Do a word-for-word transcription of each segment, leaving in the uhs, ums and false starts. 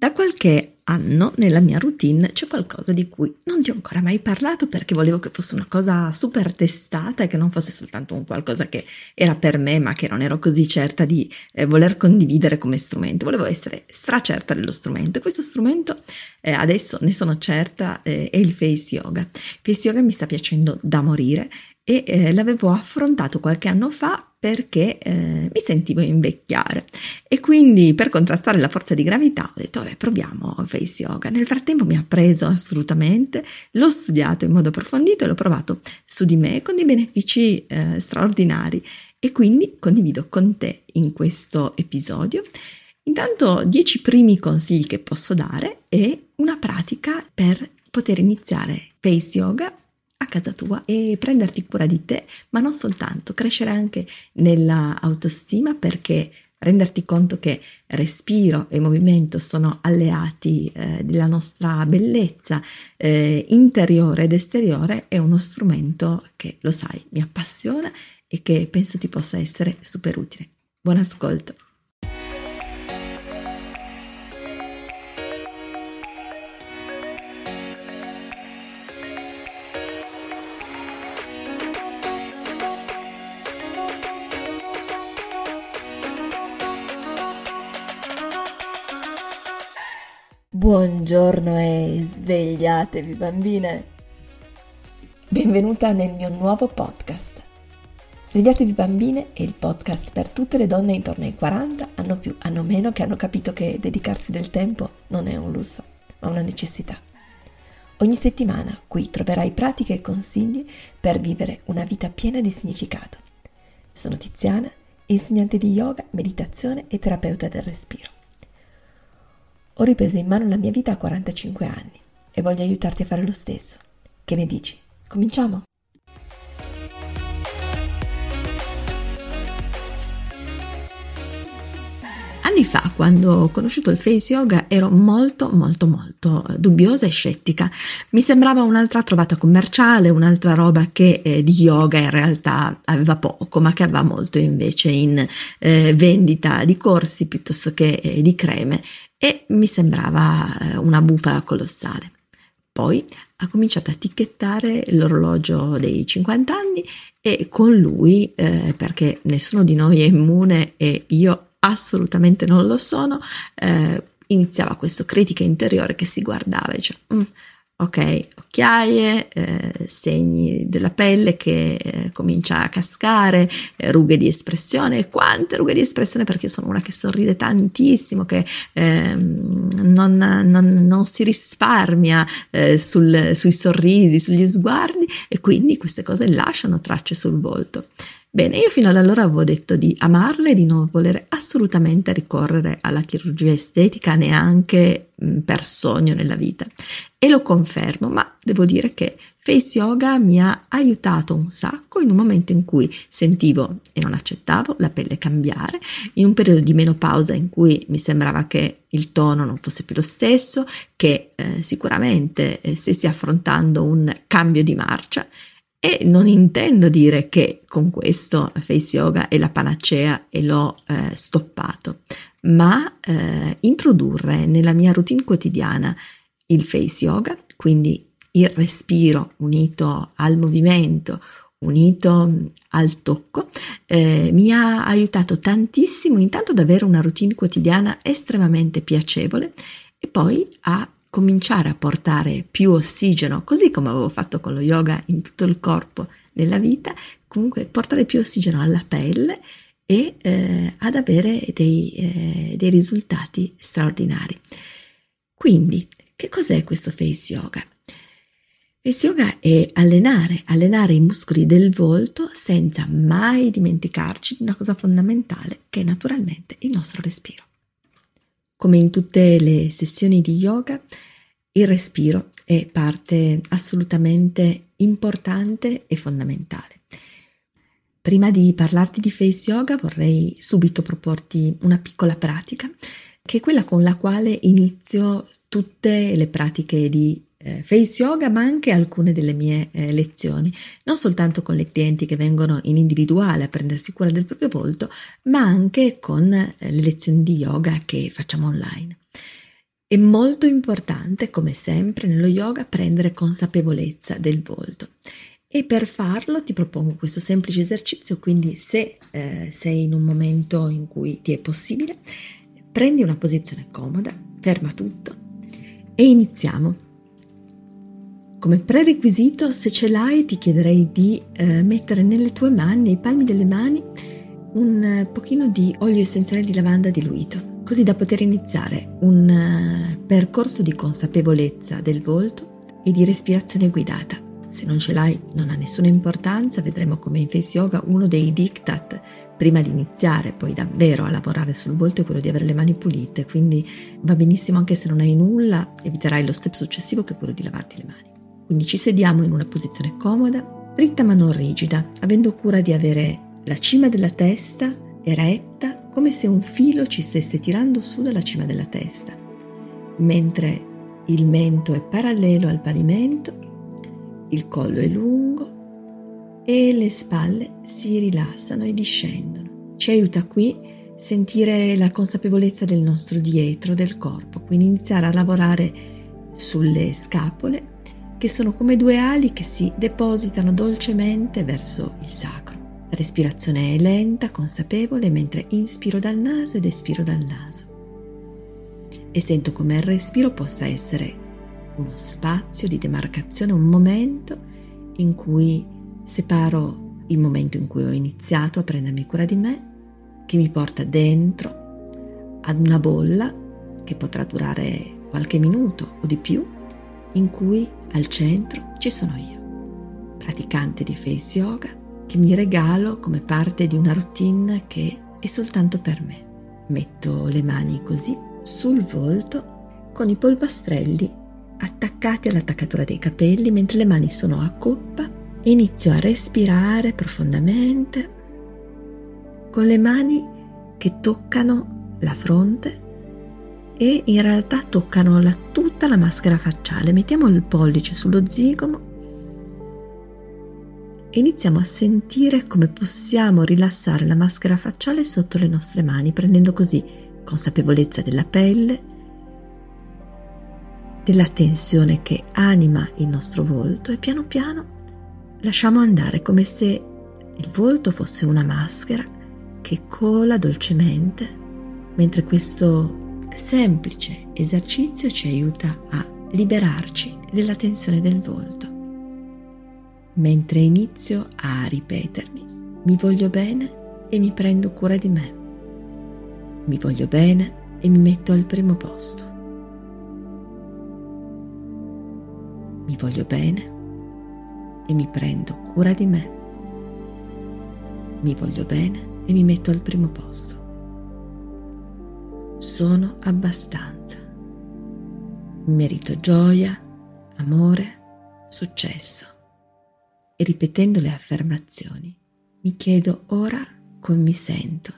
Da qualche anno nella mia routine c'è qualcosa di cui non ti ho ancora mai parlato perché volevo che fosse una cosa super testata e che non fosse soltanto un qualcosa che era per me ma che non ero così certa di eh, voler condividere come strumento. Volevo essere stracerta dello strumento e questo strumento eh, adesso ne sono certa eh, è il Face Yoga. Face Yoga mi sta piacendo da morire e eh, l'avevo affrontato qualche anno fa perché eh, mi sentivo invecchiare e quindi per contrastare la forza di gravità ho detto vabbè proviamo Face Yoga. Nel frattempo mi ha preso assolutamente, l'ho studiato in modo approfondito e l'ho provato su di me con dei benefici eh, straordinari e quindi condivido con te in questo episodio intanto dieci primi consigli che posso dare e una pratica per poter iniziare Face Yoga a casa tua e prenderti cura di te, ma non soltanto, crescere anche nella autostima perché renderti conto che respiro e movimento sono alleati eh, della nostra bellezza eh, interiore ed esteriore è uno strumento che, lo sai, mi appassiona e che penso ti possa essere super utile. Buon ascolto! Buongiorno e svegliatevi bambine! Benvenuta nel mio nuovo podcast. Svegliatevi bambine è il podcast per tutte le donne intorno ai quaranta, hanno più, hanno meno, che hanno capito che dedicarsi del tempo non è un lusso, ma una necessità. Ogni settimana qui troverai pratiche e consigli per vivere una vita piena di significato. Sono Tiziana, insegnante di yoga, meditazione e terapeuta del respiro. Ho ripreso in mano la mia vita a quarantacinque anni e voglio aiutarti a fare lo stesso. Che ne dici? Cominciamo? Anni fa, quando ho conosciuto il Face Yoga, ero molto molto molto dubbiosa e scettica. Mi sembrava un'altra trovata commerciale, un'altra roba che eh, di yoga in realtà aveva poco, ma che aveva molto invece in eh, vendita di corsi piuttosto che eh, di creme, e mi sembrava eh, una bufala colossale. Poi ha cominciato a ticchettare l'orologio dei cinquanta anni e con lui, eh, perché nessuno di noi è immune e io assolutamente non lo sono, eh, iniziava questo critica interiore che si guardava e diceva mm, ok, occhiaie, eh, segni della pelle che eh, comincia a cascare, eh, rughe di espressione, quante rughe di espressione, perché io sono una che sorride tantissimo, che eh, non, non, non si risparmia eh, sul, sui sorrisi, sugli sguardi, e quindi queste cose lasciano tracce sul volto. Bene, io fino ad allora avevo detto di amarle e di non volere assolutamente ricorrere alla chirurgia estetica neanche per sogno nella vita, e lo confermo, ma devo dire che Face Yoga mi ha aiutato un sacco in un momento in cui sentivo e non accettavo la pelle cambiare, in un periodo di menopausa in cui mi sembrava che il tono non fosse più lo stesso, che eh, sicuramente eh, stessi affrontando un cambio di marcia. E non intendo dire che con questo Face Yoga è la panacea e l'ho eh, stoppato, ma eh, introdurre nella mia routine quotidiana il Face Yoga, quindi il respiro unito al movimento, unito al tocco, eh, mi ha aiutato tantissimo intanto ad avere una routine quotidiana estremamente piacevole e poi a cominciare a portare più ossigeno, così come avevo fatto con lo yoga, in tutto il corpo, nella vita, comunque portare più ossigeno alla pelle e eh, ad avere dei, eh, dei risultati straordinari. Quindi, che cos'è questo Face Yoga? Face Yoga è allenare, allenare i muscoli del volto senza mai dimenticarci di una cosa fondamentale che è naturalmente il nostro respiro. Come in tutte le sessioni di yoga, il respiro è parte assolutamente importante e fondamentale. Prima di parlarti di Face Yoga vorrei subito proporti una piccola pratica, che è quella con la quale inizio tutte le pratiche di eh, Face Yoga, ma anche alcune delle mie eh, lezioni, non soltanto con le clienti che vengono in individuale a prendersi cura del proprio volto, ma anche con eh, le lezioni di yoga che facciamo online. È molto importante, come sempre nello yoga, prendere consapevolezza del volto. E per farlo ti propongo questo semplice esercizio, quindi se eh, sei in un momento in cui ti è possibile, prendi una posizione comoda, ferma tutto e iniziamo. Come prerequisito, se ce l'hai, ti chiederei di eh, mettere nelle tue mani, nei palmi delle mani, un eh, pochino di olio essenziale di lavanda diluito, così da poter iniziare un eh, percorso di consapevolezza del volto e di respirazione guidata. Se non ce l'hai non ha nessuna importanza, vedremo come in Face Yoga uno dei diktat prima di iniziare poi davvero a lavorare sul volto è quello di avere le mani pulite, quindi va benissimo anche se non hai nulla, eviterai lo step successivo che è quello di lavarti le mani. Quindi ci sediamo in una posizione comoda, dritta ma non rigida, avendo cura di avere la cima della testa eretta, come se un filo ci stesse tirando su dalla cima della testa, mentre il mento è parallelo al pavimento, il collo è lungo e le spalle si rilassano e discendono. Ci aiuta qui sentire la consapevolezza del nostro dietro, del corpo, quindi iniziare a lavorare sulle scapole, che sono come due ali che si depositano dolcemente verso il sacro. La respirazione è lenta, consapevole, mentre inspiro dal naso ed espiro dal naso. E sento come il respiro possa essere uno spazio di demarcazione, un momento in cui separo il momento in cui ho iniziato a prendermi cura di me, che mi porta dentro ad una bolla che potrà durare qualche minuto o di più, in cui al centro ci sono io, praticante di Face Yoga, che mi regalo come parte di una routine che è soltanto per me. Metto le mani così sul volto con i polpastrelli attaccati all'attaccatura dei capelli mentre le mani sono a coppa e inizio a respirare profondamente con le mani che toccano la fronte e in realtà toccano la, tutta la maschera facciale. Mettiamo il pollice sullo zigomo e iniziamo a sentire come possiamo rilassare la maschera facciale sotto le nostre mani, prendendo così consapevolezza della pelle, della tensione che anima il nostro volto e piano piano lasciamo andare come se il volto fosse una maschera che cola dolcemente, mentre questo semplice esercizio ci aiuta a liberarci della tensione del volto. Mentre inizio a ripetermi, mi voglio bene e mi prendo cura di me. Mi voglio bene e mi metto al primo posto. Mi voglio bene e mi prendo cura di me. Mi voglio bene e mi metto al primo posto. Sono abbastanza. Merito gioia, amore, successo. E ripetendo le affermazioni, mi chiedo ora come mi sento.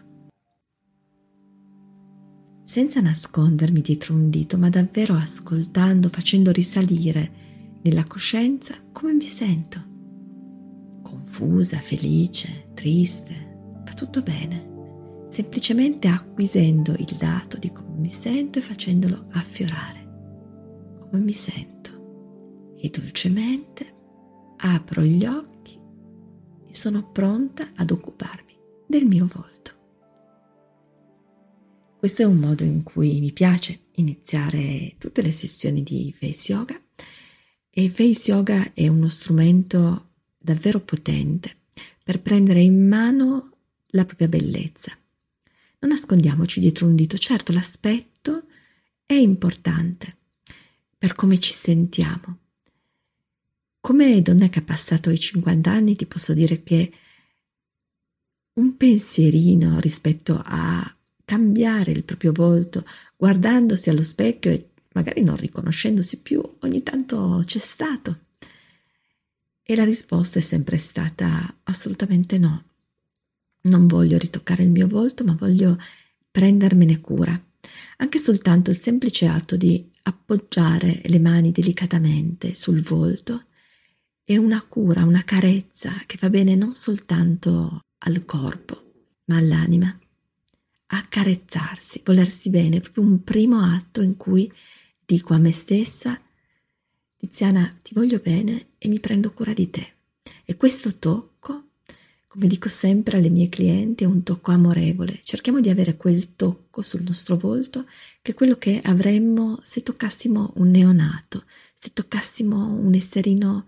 Senza nascondermi dietro un dito, ma davvero ascoltando, facendo risalire nella coscienza come mi sento. Confusa, felice, triste, va tutto bene. Semplicemente acquisendo il dato di come mi sento e facendolo affiorare. Come mi sento. E dolcemente apro gli occhi e sono pronta ad occuparmi del mio volto. Questo è un modo in cui mi piace iniziare tutte le sessioni di Face Yoga, e Face Yoga è uno strumento davvero potente per prendere in mano la propria bellezza. Non nascondiamoci dietro un dito, certo l'aspetto è importante per come ci sentiamo. Come donna che ha passato i cinquanta anni ti posso dire che un pensierino rispetto a cambiare il proprio volto, guardandosi allo specchio e magari non riconoscendosi più, ogni tanto c'è stato. E la risposta è sempre stata assolutamente no. Non voglio ritoccare il mio volto, ma voglio prendermene cura. Anche soltanto il semplice atto di appoggiare le mani delicatamente sul volto è una cura, una carezza che fa bene non soltanto al corpo, ma all'anima, accarezzarsi, volersi bene, proprio un primo atto in cui dico a me stessa: Tiziana, ti voglio bene e mi prendo cura di te. E questo tocco, come dico sempre alle mie clienti, è un tocco amorevole. Cerchiamo di avere quel tocco sul nostro volto che è quello che avremmo se toccassimo un neonato, se toccassimo un esserino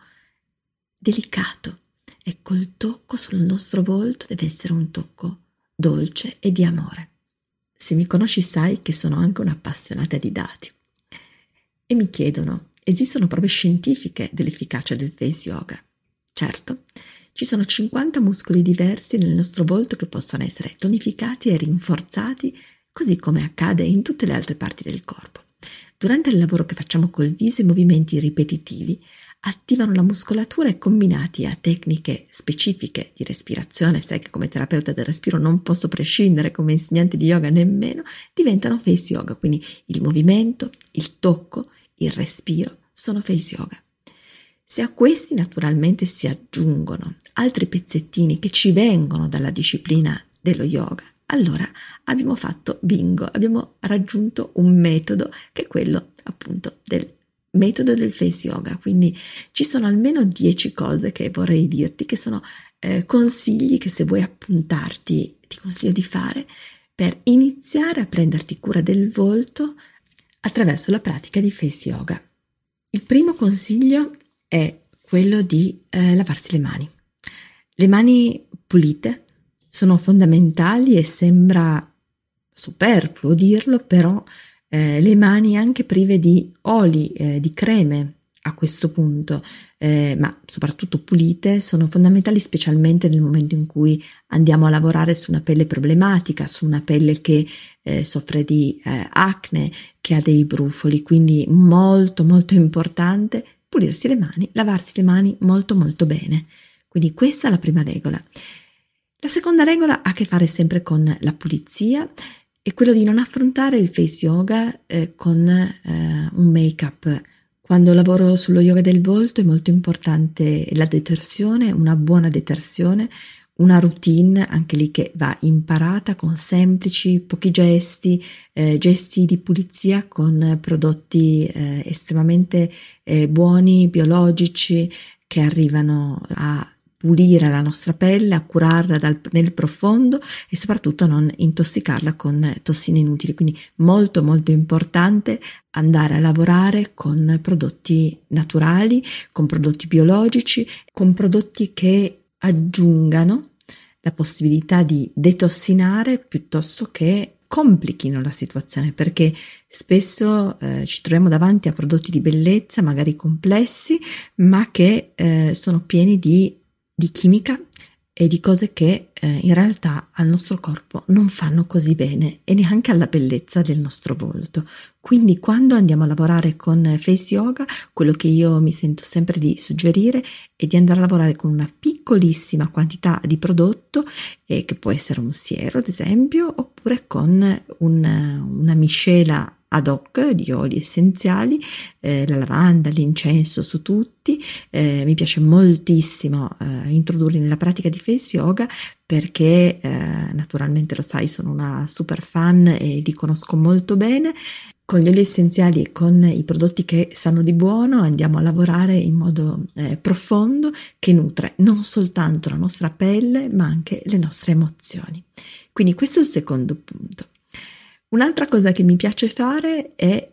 delicato. Ecco, il tocco sul nostro volto deve essere un tocco dolce e di amore. Se mi conosci sai che sono anche un'appassionata di dati e mi chiedono: esistono prove scientifiche dell'efficacia del face yoga? Certo, ci sono cinquanta muscoli diversi nel nostro volto che possono essere tonificati e rinforzati, così come accade in tutte le altre parti del corpo. Durante il lavoro che facciamo col viso, i movimenti ripetitivi attivano la muscolatura e, combinati a tecniche specifiche di respirazione, sai che come terapeuta del respiro non posso prescindere, come insegnante di yoga nemmeno, diventano face yoga. Quindi il movimento, il tocco, il respiro sono face yoga. Se a questi naturalmente si aggiungono altri pezzettini che ci vengono dalla disciplina dello yoga, allora abbiamo fatto bingo, abbiamo raggiunto un metodo che è quello appunto del metodo del face yoga. Quindi ci sono almeno dieci cose che vorrei dirti, che sono eh, consigli che, se vuoi appuntarti, ti consiglio di fare per iniziare a prenderti cura del volto attraverso la pratica di face yoga. Il primo consiglio è quello di eh, lavarsi le mani. Le mani pulite sono fondamentali e sembra superfluo dirlo, però eh, le mani anche prive di oli, eh, di creme a questo punto, eh, ma soprattutto pulite, sono fondamentali, specialmente nel momento in cui andiamo a lavorare su una pelle problematica, su una pelle che eh, soffre di eh, acne, che ha dei brufoli. Quindi molto molto importante pulirsi le mani, lavarsi le mani molto molto bene. Quindi questa è la prima regola. La seconda regola ha a che fare sempre con la pulizia, è quello di non affrontare il face yoga eh, con eh, un make-up. Quando lavoro sullo yoga del volto è molto importante la detersione, una buona detersione, una routine anche lì che va imparata con semplici, pochi gesti, eh, gesti di pulizia con prodotti eh, estremamente eh, buoni, biologici, che arrivano a pulire la nostra pelle, a curarla dal, nel profondo e soprattutto non intossicarla con tossine inutili. Quindi molto molto importante andare a lavorare con prodotti naturali, con prodotti biologici, con prodotti che aggiungano la possibilità di detossinare piuttosto che complichino la situazione, perché spesso eh, ci troviamo davanti a prodotti di bellezza magari complessi, ma che eh, sono pieni di di chimica e di cose che eh, in realtà al nostro corpo non fanno così bene e neanche alla bellezza del nostro volto. Quindi quando andiamo a lavorare con face yoga, quello che io mi sento sempre di suggerire è di andare a lavorare con una piccolissima quantità di prodotto, eh, che può essere un siero ad esempio, oppure con un, una miscela ad hoc di oli essenziali, eh, la lavanda, l'incenso su tutti. Eh, mi piace moltissimo eh, introdurli nella pratica di face yoga perché eh, naturalmente lo sai, sono una super fan e li conosco molto bene. Con gli oli essenziali e con i prodotti che sanno di buono andiamo a lavorare in modo eh, profondo, che nutre non soltanto la nostra pelle ma anche le nostre emozioni. Quindi questo è il secondo punto. Un'altra cosa che mi piace fare è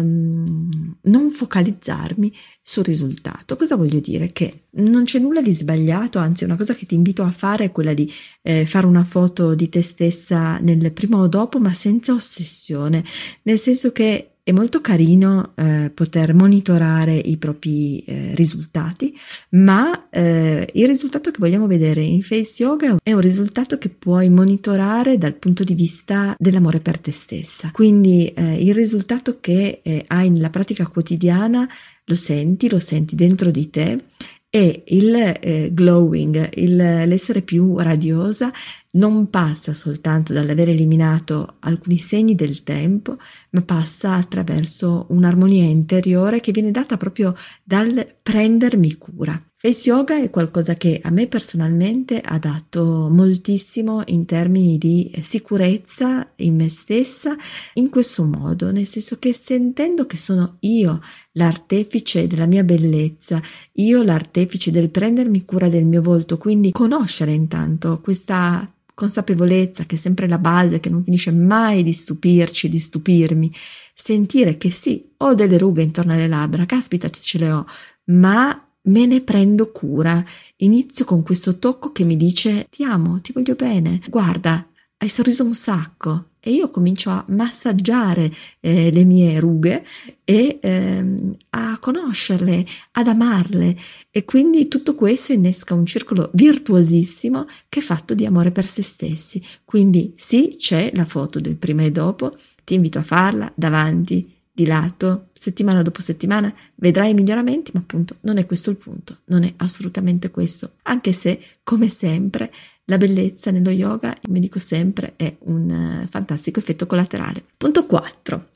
ehm, non focalizzarmi sul risultato. Cosa voglio dire? Che non c'è nulla di sbagliato, anzi una cosa che ti invito a fare è quella di eh, fare una foto di te stessa nel prima o dopo, ma senza ossessione, nel senso che è molto carino eh, poter monitorare i propri eh, risultati, ma eh, il risultato che vogliamo vedere in face yoga è un risultato che puoi monitorare dal punto di vista dell'amore per te stessa. Quindi eh, il risultato che eh, hai nella pratica quotidiana lo senti, lo senti dentro di te, e il eh, glowing, il, l'essere più radiosa non passa soltanto dall'aver eliminato alcuni segni del tempo, ma passa attraverso un'armonia interiore che viene data proprio dal prendermi cura. Face yoga è qualcosa che a me personalmente ha dato moltissimo in termini di sicurezza in me stessa, in questo modo, nel senso che sentendo che sono io l'artefice della mia bellezza, io l'artefice del prendermi cura del mio volto, quindi conoscere intanto questa consapevolezza che è sempre la base, che non finisce mai di stupirci, di stupirmi, sentire che sì, ho delle rughe intorno alle labbra, caspita ce le ho, ma me ne prendo cura, inizio con questo tocco che mi dice ti amo, ti voglio bene, guarda, hai sorriso un sacco, e io comincio a massaggiare eh, le mie rughe e ehm, a conoscerle, ad amarle, e quindi tutto questo innesca un circolo virtuosissimo che è fatto di amore per se stessi. Quindi sì, c'è la foto del prima e dopo, ti invito a farla davanti, di lato, settimana dopo settimana, vedrai i miglioramenti, ma appunto non è questo il punto, non è assolutamente questo, anche se, come sempre, la bellezza nello yoga, come dico sempre, è un uh, fantastico effetto collaterale. Punto quattro.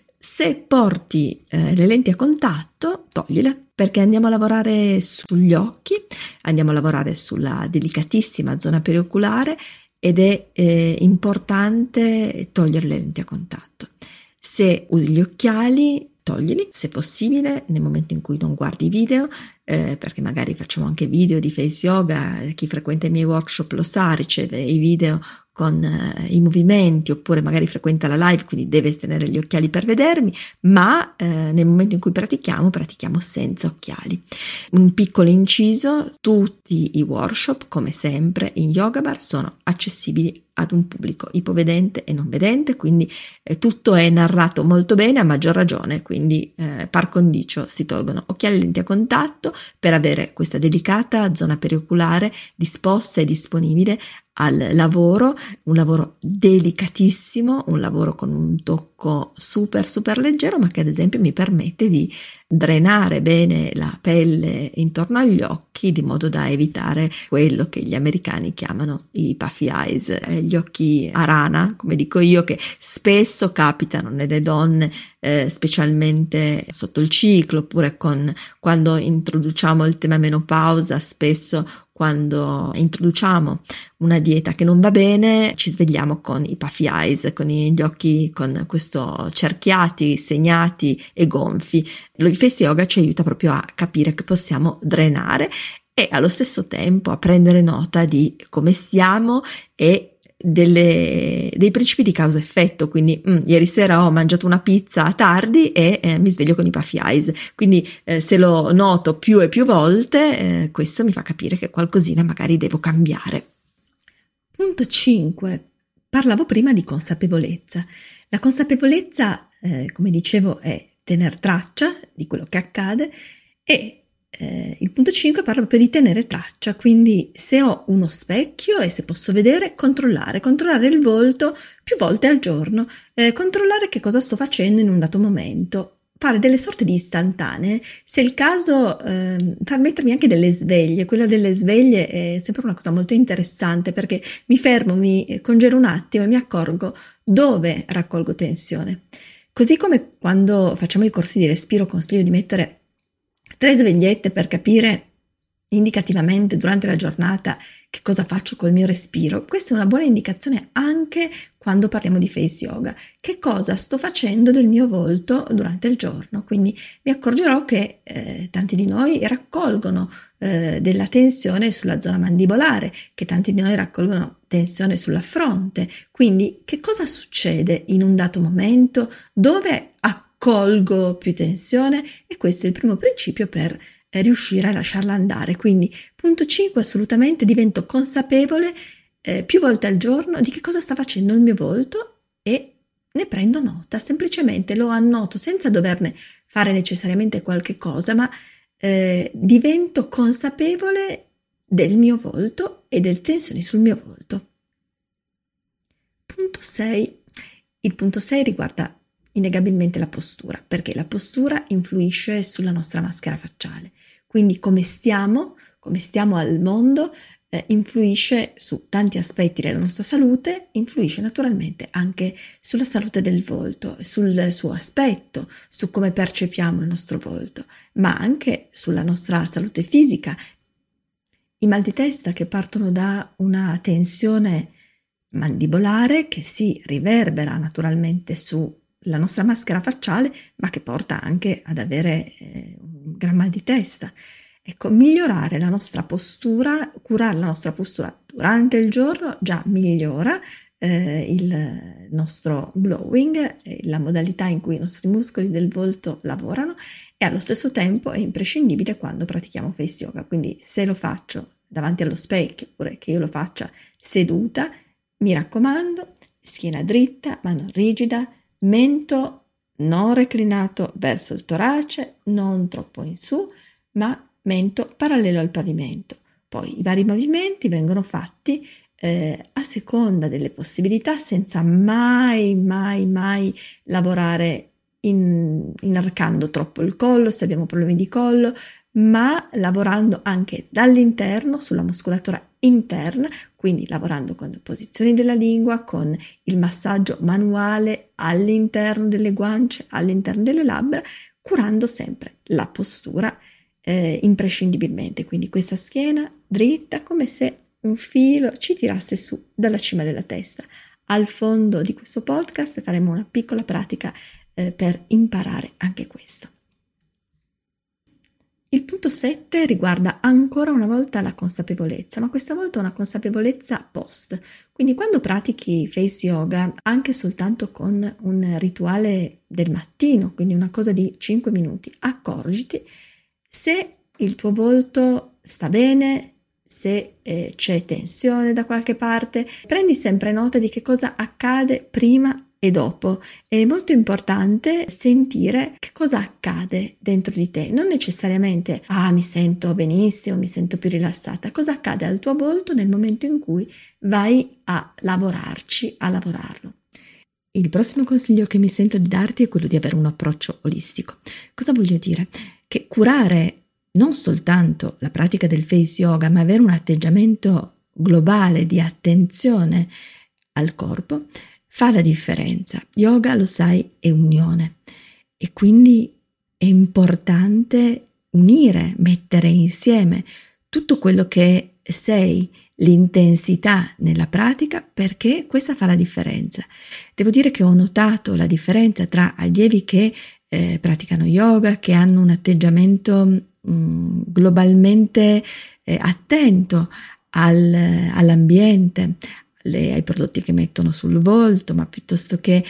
Se porti eh, le lenti a contatto, toglile, perché andiamo a lavorare sugli occhi, andiamo a lavorare sulla delicatissima zona perioculare ed è eh, importante togliere le lenti a contatto. Se usi gli occhiali, toglili, se possibile, nel momento in cui non guardi i video, eh, perché magari facciamo anche video di face yoga, chi frequenta i miei workshop lo sa, riceve i video con eh, i movimenti, oppure magari frequenta la live, quindi deve tenere gli occhiali per vedermi, ma eh, nel momento in cui pratichiamo, pratichiamo senza occhiali. Un piccolo inciso, tutti i workshop, come sempre in Yoga Bar, sono accessibili ad un pubblico ipovedente e non vedente, quindi eh, tutto è narrato molto bene, a maggior ragione, quindi eh, par condicio si tolgono occhiali e lenti a contatto per avere questa delicata zona perioculare disposta e disponibile al lavoro, un lavoro delicatissimo, un lavoro con un tocco super super leggero, ma che ad esempio mi permette di drenare bene la pelle intorno agli occhi, di modo da evitare quello che gli americani chiamano i puffy eyes, eh, gli occhi a rana, come dico io, che spesso capitano nelle donne, eh, specialmente sotto il ciclo, oppure con, quando introduciamo il tema menopausa, spesso quando introduciamo una dieta che non va bene, ci svegliamo con i puffy eyes, con gli occhi con questo cerchiati, segnati e gonfi. Lo face yoga ci aiuta proprio a capire che possiamo drenare e allo stesso tempo a prendere nota di come stiamo e delle, dei principi di causa-effetto. Quindi mm, ieri sera ho mangiato una pizza tardi e eh, mi sveglio con i puffy eyes, quindi eh, se lo noto più e più volte, eh, questo mi fa capire che qualcosina magari devo cambiare. Punto cinque. Parlavo prima di consapevolezza. La consapevolezza, eh, come dicevo, è tener traccia di quello che accade, e Eh, il punto cinque parla proprio di tenere traccia, quindi se ho uno specchio e se posso vedere, controllare, controllare il volto più volte al giorno, eh, controllare che cosa sto facendo in un dato momento, fare delle sorte di istantanee, se è il caso eh, far mettermi anche delle sveglie. Quella delle sveglie è sempre una cosa molto interessante, perché mi fermo, mi congelo un attimo e mi accorgo dove raccolgo tensione. Così come quando facciamo i corsi di respiro consiglio di mettere tre svegliette per capire indicativamente durante la giornata che cosa faccio col mio respiro. Questa è una buona indicazione anche quando parliamo di face yoga. Che cosa sto facendo del mio volto durante il giorno? Quindi mi accorgerò che eh, tanti di noi raccolgono eh, della tensione sulla zona mandibolare, che tanti di noi raccolgono tensione sulla fronte. Quindi che cosa succede in un dato momento? Dove accolgo più tensione? E questo è il primo principio per eh, riuscire a lasciarla andare. Quindi punto cinque, assolutamente divento consapevole eh, più volte al giorno di che cosa sta facendo il mio volto e ne prendo nota, semplicemente lo annoto senza doverne fare necessariamente qualche cosa, ma eh, divento consapevole del mio volto e delle tensioni sul mio volto. Punto sei. Il punto sei riguarda innegabilmente la postura, perché la postura influisce sulla nostra maschera facciale. Quindi come stiamo, come stiamo al mondo, eh, influisce su tanti aspetti della nostra salute, influisce naturalmente anche sulla salute del volto, sul suo aspetto, su come percepiamo il nostro volto, ma anche sulla nostra salute fisica. I mal di testa che partono da una tensione mandibolare che si riverbera naturalmente sulla nostra maschera facciale, ma che porta anche ad avere eh, un gran mal di testa. Ecco, migliorare la nostra postura, curare la nostra postura durante il giorno già migliora eh, il nostro glowing, eh, la modalità in cui i nostri muscoli del volto lavorano, e allo stesso tempo è imprescindibile quando pratichiamo face yoga. Quindi se lo faccio davanti allo specchio oppure che io lo faccia seduta, mi raccomando, schiena dritta, mano rigida, mento non reclinato verso il torace, non troppo in su, ma mento parallelo al pavimento. Poi i vari movimenti vengono fatti eh, a seconda delle possibilità, senza mai, mai, mai lavorare in, inarcando troppo il collo se abbiamo problemi di collo, ma lavorando anche dall'interno sulla muscolatura interna, quindi lavorando con le posizioni della lingua, con il massaggio manuale all'interno delle guance, all'interno delle labbra, curando sempre la postura eh, imprescindibilmente. Quindi questa schiena dritta, come se un filo ci tirasse su dalla cima della testa. Al fondo di questo podcast faremo una piccola pratica eh, per imparare anche questo. Il punto sette riguarda ancora una volta la consapevolezza, ma questa volta una consapevolezza post. Quindi quando pratichi face yoga, anche soltanto con un rituale del mattino, quindi una cosa di cinque minuti, accorgiti se il tuo volto sta bene, se eh, c'è tensione da qualche parte. Prendi sempre nota di che cosa accade prima e dopo. È molto importante sentire che cosa accade dentro di te, non necessariamente ah mi sento benissimo, mi sento più rilassata, cosa accade al tuo volto nel momento in cui vai a lavorarci, a lavorarlo. Il prossimo consiglio che mi sento di darti è quello di avere un approccio olistico. Cosa voglio dire? Che curare non soltanto la pratica del face yoga, ma avere un atteggiamento globale di attenzione al corpo fa la differenza. Yoga, lo sai, è unione e quindi è importante unire, mettere insieme tutto quello che sei, l'intensità nella pratica, perché questa fa la differenza. Devo dire che ho notato la differenza tra allievi che eh, praticano yoga, che hanno un atteggiamento mh, globalmente eh, attento al, all'ambiente, Le, ai prodotti che mettono sul volto, ma piuttosto che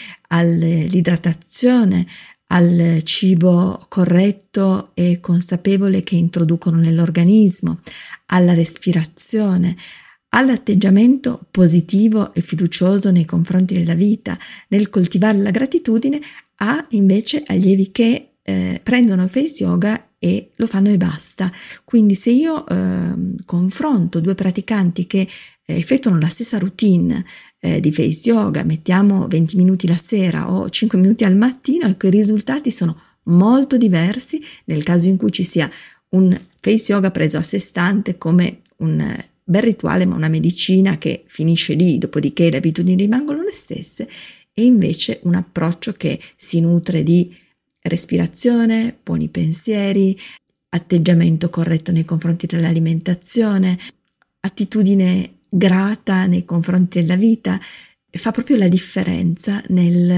all'idratazione, al cibo corretto e consapevole che introducono nell'organismo, alla respirazione, all'atteggiamento positivo e fiducioso nei confronti della vita, nel coltivare la gratitudine, a invece allievi che eh, prendono face yoga e lo fanno e basta. Quindi se io eh, confronto due praticanti che effettuano la stessa routine eh, di face yoga, mettiamo venti minuti la sera o cinque minuti al mattino, ecco, i risultati sono molto diversi nel caso in cui ci sia un face yoga preso a sé stante come un bel rituale, ma una medicina che finisce lì, dopodiché le abitudini rimangono le stesse, e invece un approccio che si nutre di respirazione, buoni pensieri, atteggiamento corretto nei confronti dell'alimentazione, attitudine grata nei confronti della vita, fa proprio la differenza nel,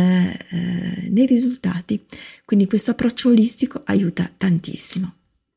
eh, nei risultati. Quindi questo approccio olistico aiuta tantissimo.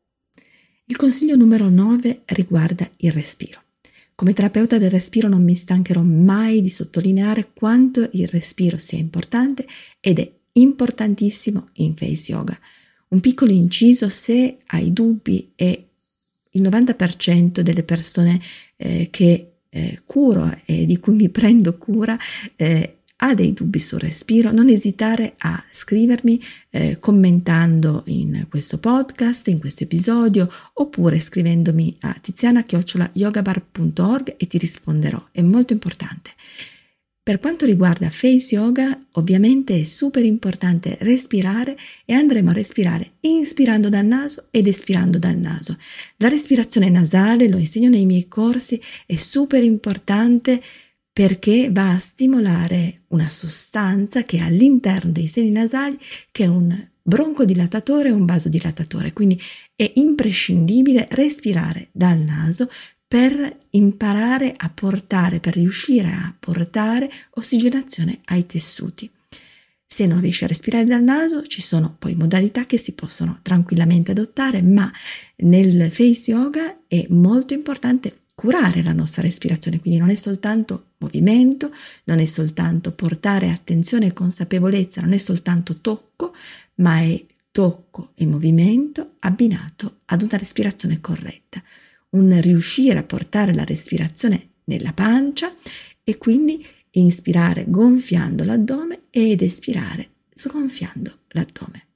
Il consiglio numero nove riguarda il respiro. Come terapeuta del respiro non mi stancherò mai di sottolineare quanto il respiro sia importante, ed è importantissimo in face yoga. Un piccolo inciso: se hai dubbi, e il novanta per cento delle persone eh, che eh, curo e di cui mi prendo cura eh, ha dei dubbi sul respiro, non esitare a scrivermi eh, commentando in questo podcast, in questo episodio, oppure scrivendomi a tiziana chiocciola yogabar punto org e ti risponderò. È molto importante. Per quanto riguarda Face Yoga, ovviamente è super importante respirare e andremo a respirare inspirando dal naso ed espirando dal naso. La respirazione nasale, lo insegno nei miei corsi, è super importante perché va a stimolare una sostanza che è all'interno dei seni nasali, che è un broncodilatatore e un vasodilatatore, quindi è imprescindibile respirare dal naso per imparare a portare, per riuscire a portare ossigenazione ai tessuti. Se non riesci a respirare dal naso, ci sono poi modalità che si possono tranquillamente adottare, ma nel Face Yoga è molto importante curare la nostra respirazione, quindi non è soltanto movimento, non è soltanto portare attenzione e consapevolezza, non è soltanto tocco, ma è tocco e movimento abbinato ad una respirazione corretta. Un riuscire a portare la respirazione nella pancia e quindi inspirare gonfiando l'addome ed espirare sgonfiando l'addome.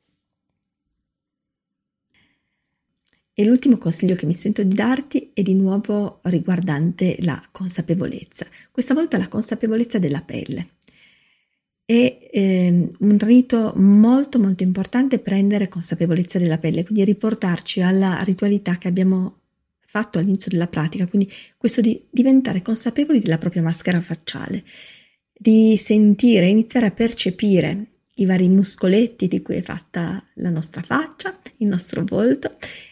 E l'ultimo consiglio che mi sento di darti è di nuovo riguardante la consapevolezza, questa volta la consapevolezza della pelle. È eh, un rito molto molto importante prendere consapevolezza della pelle, quindi riportarci alla ritualità che abbiamo fatto all'inizio della pratica, quindi questo di diventare consapevoli della propria maschera facciale, di sentire, iniziare a percepire i vari muscoletti di cui è fatta la nostra faccia, il nostro volto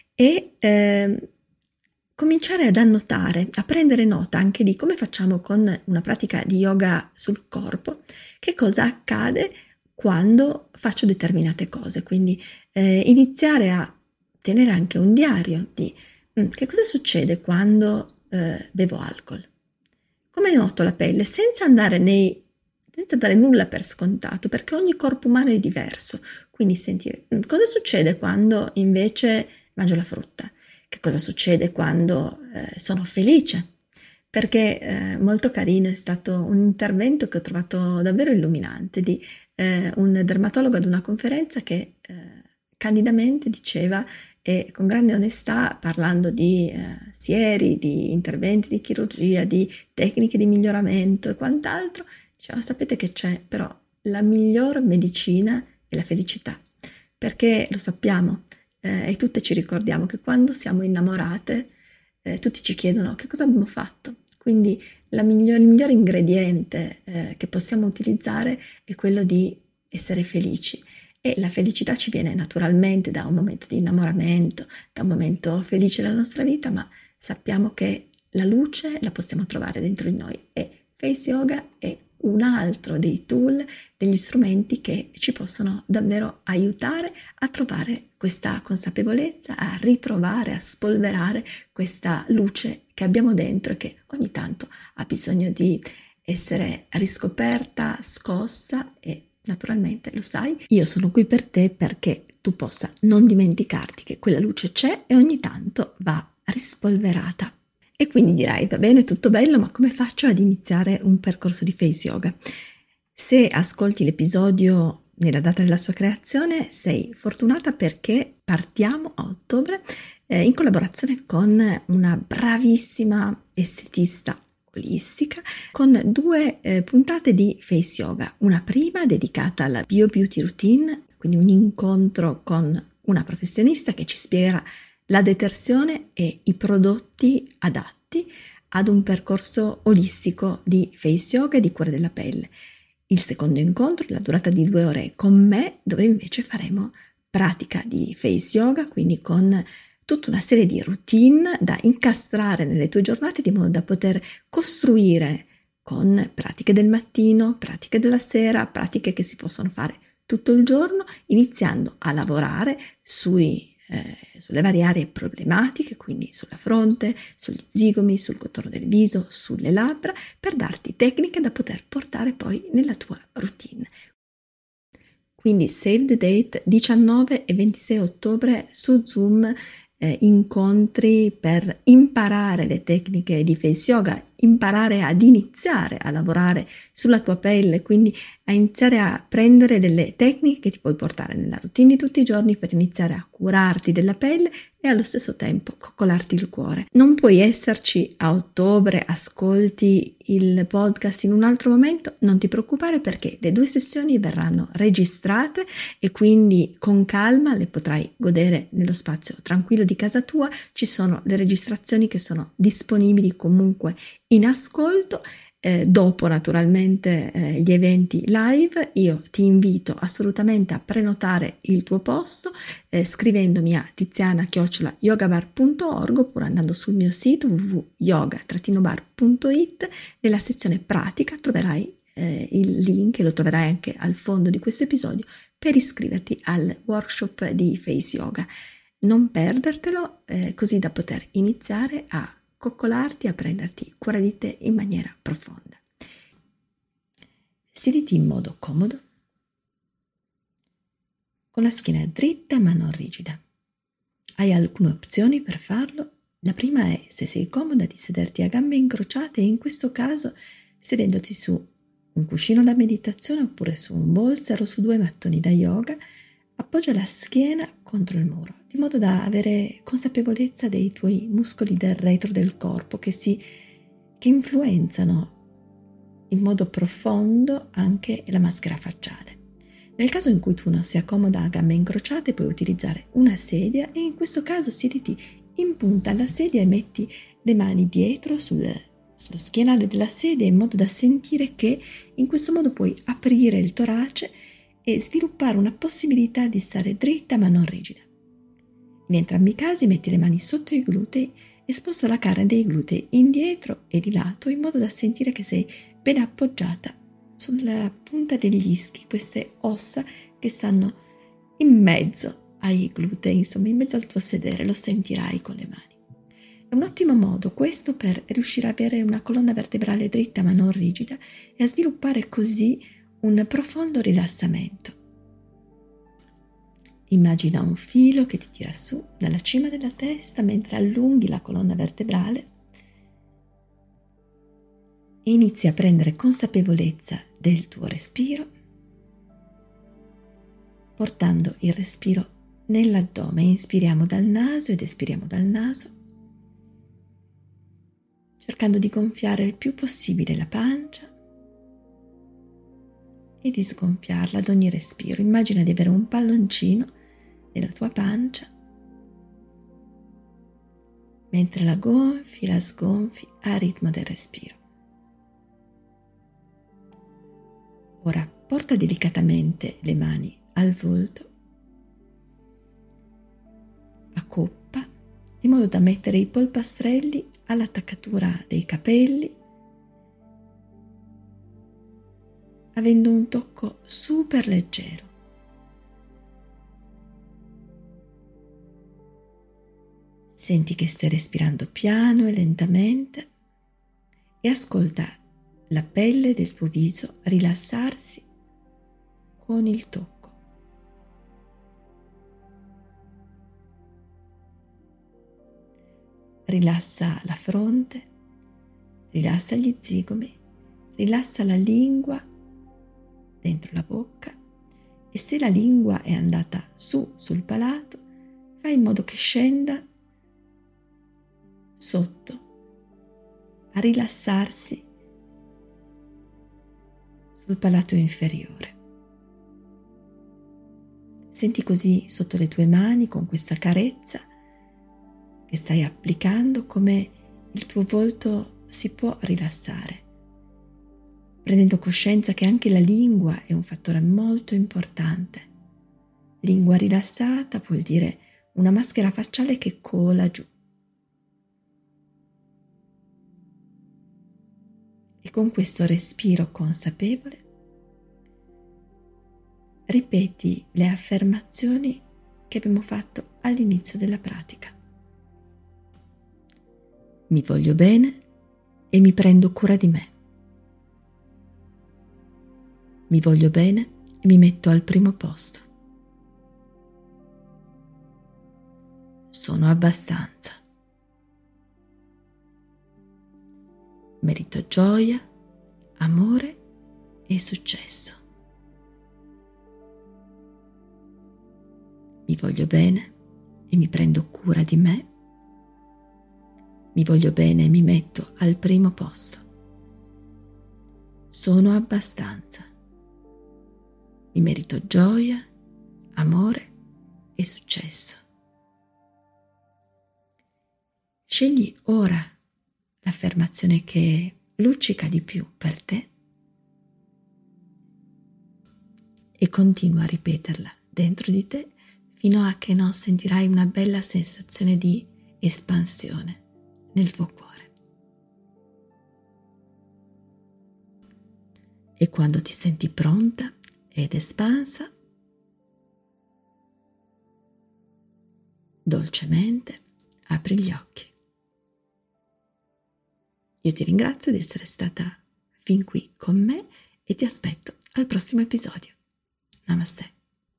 e eh, cominciare ad annotare, a prendere nota anche di come facciamo con una pratica di yoga sul corpo, che cosa accade quando faccio determinate cose, quindi eh, iniziare a tenere anche un diario di che cosa succede quando eh, bevo alcol? Come noto la pelle? Senza andare nei, senza dare nulla per scontato, perché ogni corpo umano è diverso. Quindi sentire cosa succede quando invece mangio la frutta? Che cosa succede quando eh, sono felice? Perché eh, molto carino è stato un intervento che ho trovato davvero illuminante di eh, un dermatologo ad una conferenza che eh, candidamente diceva e con grande onestà, parlando di eh, sieri, di interventi di chirurgia, di tecniche di miglioramento e quant'altro, diceva: sapete che c'è, però la miglior medicina è la felicità, perché lo sappiamo eh, e tutte ci ricordiamo che quando siamo innamorate eh, tutti ci chiedono che cosa abbiamo fatto, quindi la miglior, il miglior ingrediente eh, che possiamo utilizzare è quello di essere felici. E la felicità ci viene naturalmente da un momento di innamoramento, da un momento felice della nostra vita, ma sappiamo che la luce la possiamo trovare dentro di noi e Face Yoga è un altro dei tool, degli strumenti che ci possono davvero aiutare a trovare questa consapevolezza, a ritrovare, a spolverare questa luce che abbiamo dentro e che ogni tanto ha bisogno di essere riscoperta, scossa e naturalmente, lo sai, io sono qui per te perché tu possa non dimenticarti che quella luce c'è e ogni tanto va rispolverata. E quindi dirai, va bene, tutto bello, ma come faccio ad iniziare un percorso di Face Yoga? Se ascolti l'episodio nella data della sua creazione, sei fortunata perché partiamo a ottobre eh, in collaborazione con una bravissima estetista olistica con due eh, puntate di Face Yoga, una prima dedicata alla Bio Beauty Routine, quindi un incontro con una professionista che ci spiegherà la detersione e i prodotti adatti ad un percorso olistico di Face Yoga e di cura della pelle. Il secondo incontro, la durata di due ore con me, dove invece faremo pratica di Face Yoga, quindi con tutta una serie di routine da incastrare nelle tue giornate di modo da poter costruire con pratiche del mattino, pratiche della sera, pratiche che si possono fare tutto il giorno, iniziando a lavorare sui, eh, sulle varie aree problematiche, quindi sulla fronte, sugli zigomi, sul contorno del viso, sulle labbra, per darti tecniche da poter portare poi nella tua routine. Quindi save the date, diciannove e ventisei ottobre su Zoom, eh, incontri per imparare le tecniche di Face Yoga, imparare ad iniziare a lavorare sulla tua pelle, quindi a iniziare a prendere delle tecniche che ti puoi portare nella routine di tutti i giorni per iniziare a curarti della pelle e allo stesso tempo coccolarti il cuore. Non puoi esserci a ottobre, ascolti il podcast in un altro momento, non ti preoccupare perché le due sessioni verranno registrate e quindi con calma le potrai godere nello spazio tranquillo di casa tua. Ci sono le registrazioni che sono disponibili comunque in ascolto. Eh, dopo naturalmente eh, gli eventi live, io ti invito assolutamente a prenotare il tuo posto eh, scrivendomi a tiziana chiocciola yogabar punto org oppure andando sul mio sito w w w punto yoga bar punto it. Nella sezione pratica troverai eh, il link, e lo troverai anche al fondo di questo episodio, per iscriverti al workshop di Face Yoga. Non perdertelo, eh, così da poter iniziare a coccolarti, a prenderti cura di te in maniera profonda. Siediti in modo comodo, con la schiena dritta ma non rigida. Hai alcune opzioni per farlo. La prima è, se sei comoda, di sederti a gambe incrociate e in questo caso sedendoti su un cuscino da meditazione oppure su un bolster o su due mattoni da yoga. Appoggia la schiena contro il muro, di modo da avere consapevolezza dei tuoi muscoli del retro del corpo che si che influenzano in modo profondo anche la maschera facciale. Nel caso in cui tu non sia comoda a gambe incrociate, puoi utilizzare una sedia e in questo caso siediti in punta alla sedia e metti le mani dietro sul, sullo schienale della sedia in modo da sentire che in questo modo puoi aprire il torace e sviluppare una possibilità di stare dritta ma non rigida. In entrambi i casi metti le mani sotto i glutei e sposta la carne dei glutei indietro e di lato in modo da sentire che sei ben appoggiata sulla punta degli ischi, queste ossa che stanno in mezzo ai glutei, insomma in mezzo al tuo sedere, lo sentirai con le mani. È un ottimo modo questo per riuscire ad avere una colonna vertebrale dritta ma non rigida e a sviluppare così un profondo rilassamento. Immagina un filo che ti tira su dalla cima della testa mentre allunghi la colonna vertebrale e inizi a prendere consapevolezza del tuo respiro, portando il respiro nell'addome. Inspiriamo dal naso ed espiriamo dal naso, cercando di gonfiare il più possibile la pancia e di sgonfiarla ad ogni respiro. Immagina di avere un palloncino nella tua pancia, mentre la gonfi e la sgonfi a ritmo del respiro. Ora porta delicatamente le mani al volto, a coppa, in modo da mettere i polpastrelli all'attaccatura dei capelli, avendo un tocco super leggero. Senti che stai respirando piano e lentamente e ascolta la pelle del tuo viso rilassarsi con il tocco. Rilassa la fronte, rilassa gli zigomi, rilassa la lingua dentro la bocca e se la lingua è andata su sul palato, fai in modo che scenda sotto a rilassarsi sul palato inferiore. Senti così sotto le tue mani, con questa carezza che stai applicando, come il tuo volto si può rilassare, prendendo coscienza che anche la lingua è un fattore molto importante. Lingua rilassata vuol dire una maschera facciale che cola giù. E con questo respiro consapevole ripeti le affermazioni che abbiamo fatto all'inizio della pratica. Mi voglio bene e mi prendo cura di me. Mi voglio bene e mi metto al primo posto. Sono abbastanza. Merito gioia, amore e successo. Mi voglio bene e mi prendo cura di me. Mi voglio bene e mi metto al primo posto. Sono abbastanza. Mi merito gioia, amore e successo. Scegli ora l'affermazione che luccica di più per te e continua a ripeterla dentro di te fino a che non sentirai una bella sensazione di espansione nel tuo cuore. E quando ti senti pronta ed espansa, dolcemente apri gli occhi. Io ti ringrazio di essere stata fin qui con me e ti aspetto al prossimo episodio. Namaste.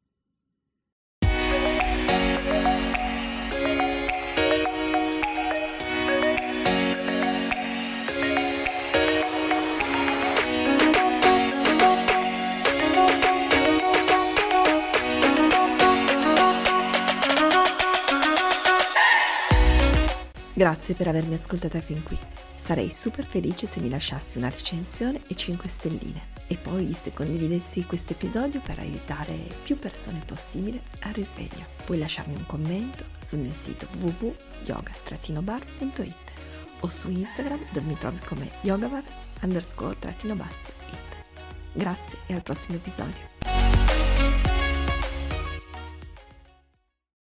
Grazie per avermi ascoltata fin qui. Sarei super felice se mi lasciassi una recensione e cinque stelline e poi se condividessi questo episodio per aiutare più persone possibile al risveglio. Puoi lasciarmi un commento sul mio sito w w w punto yoga trattino bar punto it o su Instagram dove mi trovi come yogabar underscore trattino basso it. Grazie e al prossimo episodio.